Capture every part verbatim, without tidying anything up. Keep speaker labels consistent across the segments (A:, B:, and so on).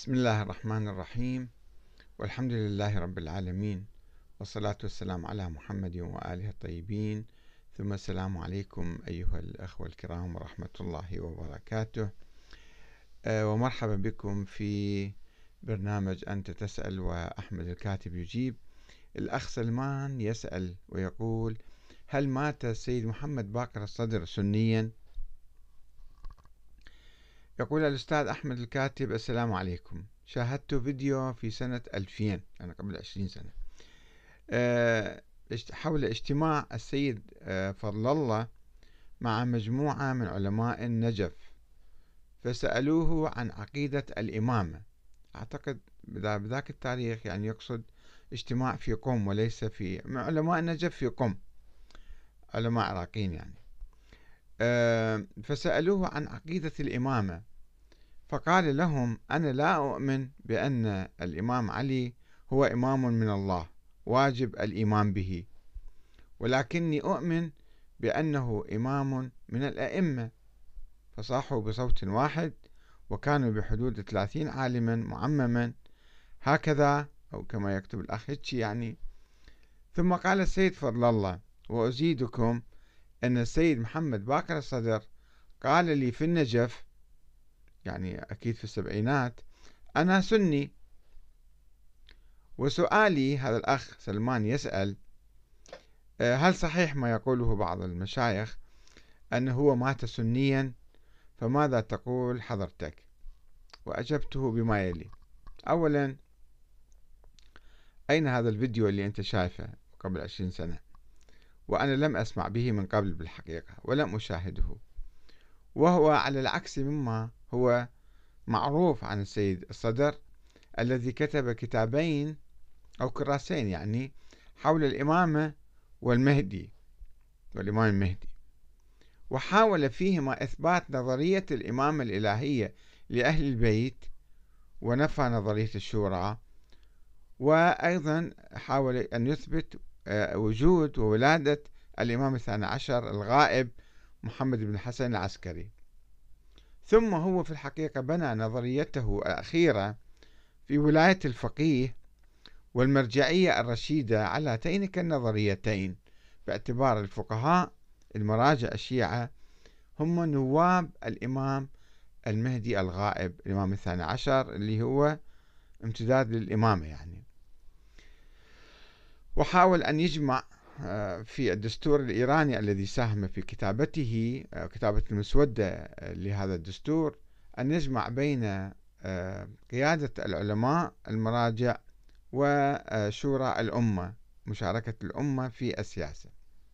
A: بسم الله الرحمن الرحيم، والحمد لله رب العالمين، والصلاة والسلام على محمد وآله الطيبين، ثم السلام عليكم أيها الأخوة الكرام ورحمة الله وبركاته. أه ومرحبا بكم في برنامج أنت تسأل وأحمد الكاتب يجيب. الأخ سلمان يسأل ويقول: هل مات السيد محمد باقر الصدر سنيا؟ يقول الأستاذ أحمد الكاتب: السلام عليكم، شاهدت فيديو في سنة ألفين، يعني قبل عشرين سنة، حول اجتماع السيد فضل الله مع مجموعة من علماء النجف، فسألوه عن عقيدة الإمامة. أعتقد بذاك التاريخ يعني يقصد اجتماع في قم، وليس في علماء النجف في قم، علماء عراقيين يعني. فسألوه عن عقيدة الإمامة، فقال لهم: أنا لا أؤمن بأن الإمام علي هو إمام من الله واجب الإيمان به، ولكني أؤمن بأنه إمام من الأئمة. فصاحوا بصوت واحد، وكانوا بحدود ثلاثين عالما معمما هكذا، أو كما يكتب الأخ يعني. ثم قال السيد فضل الله: وأزيدكم أن السيد محمد باقر الصدر قال لي في النجف، يعني أكيد في السبعينات، أنا سني. وسؤالي، هذا الأخ سلمان يسأل: هل صحيح ما يقوله بعض المشايخ أنه هو مات سنيا؟ فماذا تقول حضرتك؟ وأجبته بما يلي: أولا، أين هذا الفيديو اللي أنت شايفه قبل عشرين سنة؟ وأنا لم أسمع به من قبل بالحقيقة، ولم أشاهده، وهو على العكس مما هو معروف عن السيد الصدر، الذي كتب كتابين أو كراسين يعني حول الإمامة والمهدي والإمام المهدي، وحاول فيهما إثبات نظرية الإمامة الإلهية لأهل البيت، ونفى نظرية الشورى، وأيضا حاول أن يثبت وجود وولادة الإمام الثاني عشر الغائب محمد بن الحسن العسكري. ثم هو في الحقيقة بنى نظريته الأخيرة في ولاية الفقيه والمرجعية الرشيدة على هاتين النظريتين، باعتبار الفقهاء المراجع الشيعة هم نواب الإمام المهدي الغائب الإمام الثاني عشر، اللي هو امتداد للإمامة يعني. وحاول أن يجمع في الدستور الإيراني الذي ساهم في كتابته، كتابة المسودة لهذا الدستور، أن يجمع بين قيادة العلماء المراجع وشورى الأمة، مشاركة الأمة في السياسة.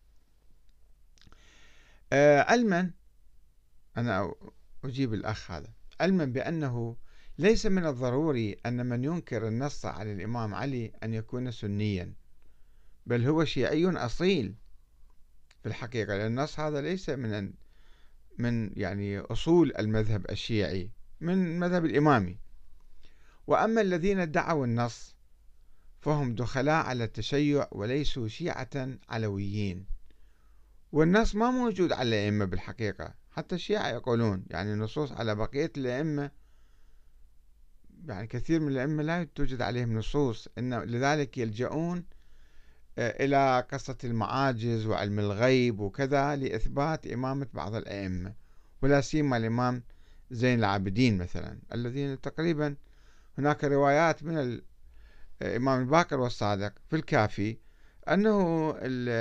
A: علما، أنا أجيب الأخ هذا، علما بأنه ليس من الضروري أن من ينكر النص على الإمام علي أن يكون سنيا، بل هو شيعي أصيل في الحقيقة، لأن النص هذا ليس من من يعني أصول المذهب الشيعي، من المذهب الإمامي. وأما الذين ادعوا النص فهم دخلاء على التشيع وليسوا شيعة علويين، والنص ما موجود على الأئمة بالحقيقة. حتى الشيعة يقولون يعني النصوص على بقية الأئمة، يعني كثير من الأئمة لا توجد عليهم نصوص، إن لذلك يلجؤون إلى قصة المعاجز وعلم الغيب وكذا لإثبات إمامة بعض الأئمة، ولا سيما الإمام زين العابدين مثلا، الذين تقريبا هناك روايات من الإمام الباقر والصادق في الكافي أنه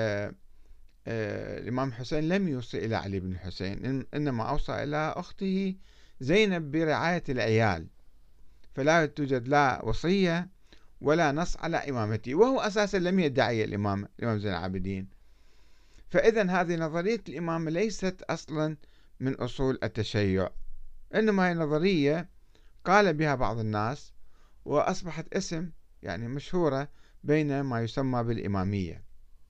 A: الإمام الحسين لم يوصي إلى علي بن الحسين، إنما أوصى إلى أخته زينب برعاية العيال، فلا توجد لا وصية ولا نص على إمامته، وهو أساسا لم يدعي الإمام الإمام زين العابدين. فإذا هذه نظرية الإمامة ليست أصلا من أصول التشيع، إنما هي نظرية قال بها بعض الناس وأصبحت اسم يعني مشهورة بين ما يسمى بالإمامية.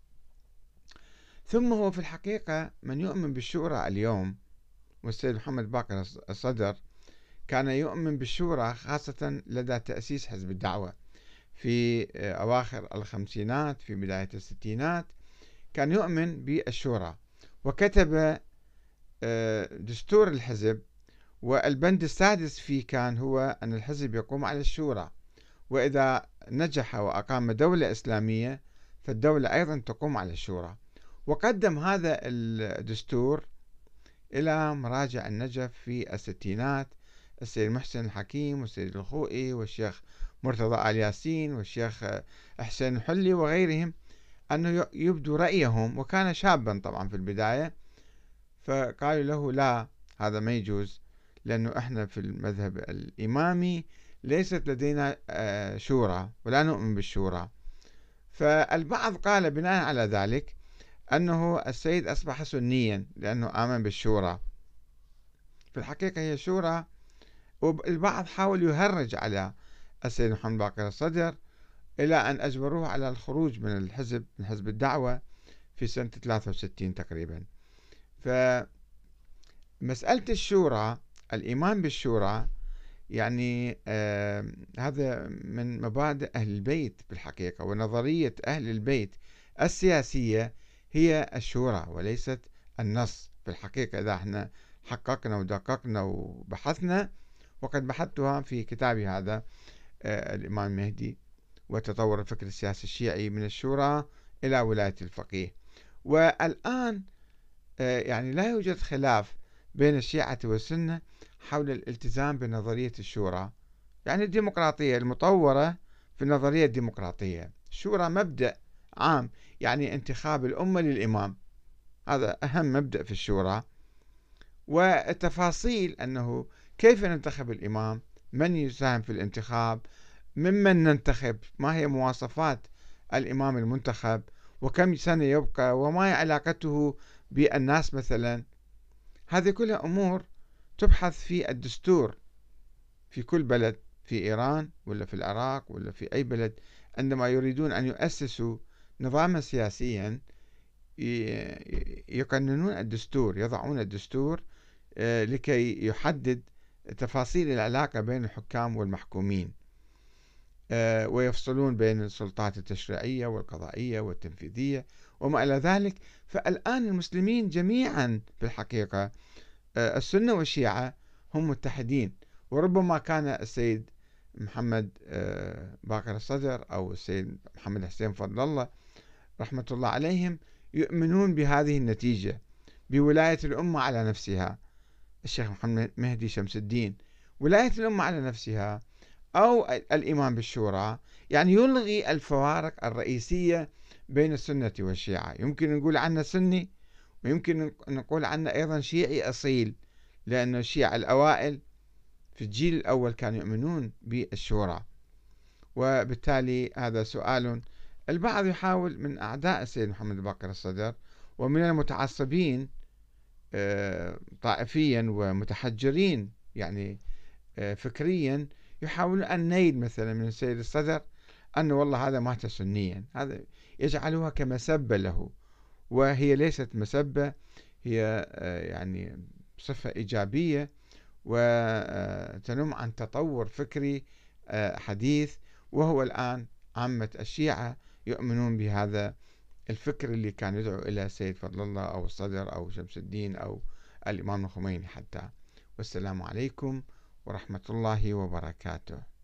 A: ثم هو في الحقيقة من يؤمن بالشورى اليوم، والسيد محمد باقر الصدر كان يؤمن بالشورى خاصة لدى تأسيس حزب الدعوة في أواخر الخمسينات في بداية الستينات، كان يؤمن بالشورى، وكتب دستور الحزب والبند السادس فيه كان هو أن الحزب يقوم على الشورى، وإذا نجح وأقام دولة إسلامية فالدولة أيضا تقوم على الشورى. وقدم هذا الدستور إلى مراجع النجف في الستينات، السيد محسن الحكيم والسيد الخوئي والشيخ مرتضى آل ياسين والشيخ حسين الحلي وغيرهم، أنه يبدوا رأيهم، وكان شابا طبعا في البداية، فقالوا له لا، هذا ما يجوز، لأنه إحنا في المذهب الإمامي ليست لدينا شورى ولا نؤمن بالشورى. فالبعض قال بناء على ذلك أنه السيد أصبح سنيا لأنه آمن بالشورى. في الحقيقة هي شورى، والبعض حاول يهرج على السيد محمد باقر الصدر إلى أن أجبروه على الخروج من الحزب، من حزب الدعوة، في سنة ثلاثة وستين تقريبا. فمسألة الشورى، الإيمان بالشورى، يعني آه هذا من مبادئ أهل البيت بالحقيقة، ونظرية أهل البيت السياسية هي الشورى وليست النص. في الحقيقة إذا احنا حققنا ودققنا وبحثنا، وقد بحثتها في كتابي هذا آه الإمام المهدي وتطور الفكر السياسي الشيعي من الشورى إلى ولاية الفقيه. والآن آه يعني لا يوجد خلاف بين الشيعة والسنة حول الالتزام بنظرية الشورى، يعني الديمقراطية المطورة في النظرية الديمقراطية. الشورى مبدأ عام، يعني انتخاب الأمة للإمام، هذا أهم مبدأ في الشورى. والتفاصيل أنه كيف ننتخب الإمام، من يساهم في الانتخاب، ممن ننتخب، ما هي مواصفات الإمام المنتخب، وكم سنة يبقى، وما هي علاقته بالناس مثلا، هذه كلها أمور تبحث في الدستور في كل بلد، في إيران ولا في العراق ولا في أي بلد. عندما يريدون أن يؤسسوا نظاما سياسيا يقننون الدستور، يضعون الدستور لكي يحدد تفاصيل العلاقة بين الحكام والمحكومين، ويفصلون بين السلطات التشريعية والقضائية والتنفيذية وما إلى ذلك. فالآن المسلمين جميعا في الحقيقة السنة والشيعة هم متحدين، وربما كان السيد محمد باقر الصدر أو السيد محمد حسين فضل الله رحمة الله عليهم يؤمنون بهذه النتيجة، بولاية الأمة على نفسها. الشيخ محمد مهدي شمس الدين، ولاية الأمة على نفسها أو الإيمان بالشورى، يعني يلغي الفوارق الرئيسية بين السنة والشيعة. يمكن نقول عنه سني، ويمكن نقول عنه أيضا شيعي أصيل، لأن الشيعة الأوائل في الجيل الأول كانوا يؤمنون بالشورى. وبالتالي هذا سؤال البعض يحاول من أعداء السيد محمد باقر الصدر ومن المتعصبين طائفيا ومتحجرين يعني فكريا، يحاولون أن نيل مثلا من السيد الصدر أنه والله هذا مات سنيا، هذا يجعلوها كمسبة له، وهي ليست مسبة، هي يعني صفة إيجابية وتنم عن تطور فكري حديث. وهو الآن عامة الشيعة يؤمنون بهذا الفكر اللي كان يدعو إلى السيد فضل الله أو الصدر أو شمس الدين أو الإمام الخميني حتى. والسلام عليكم ورحمة الله وبركاته.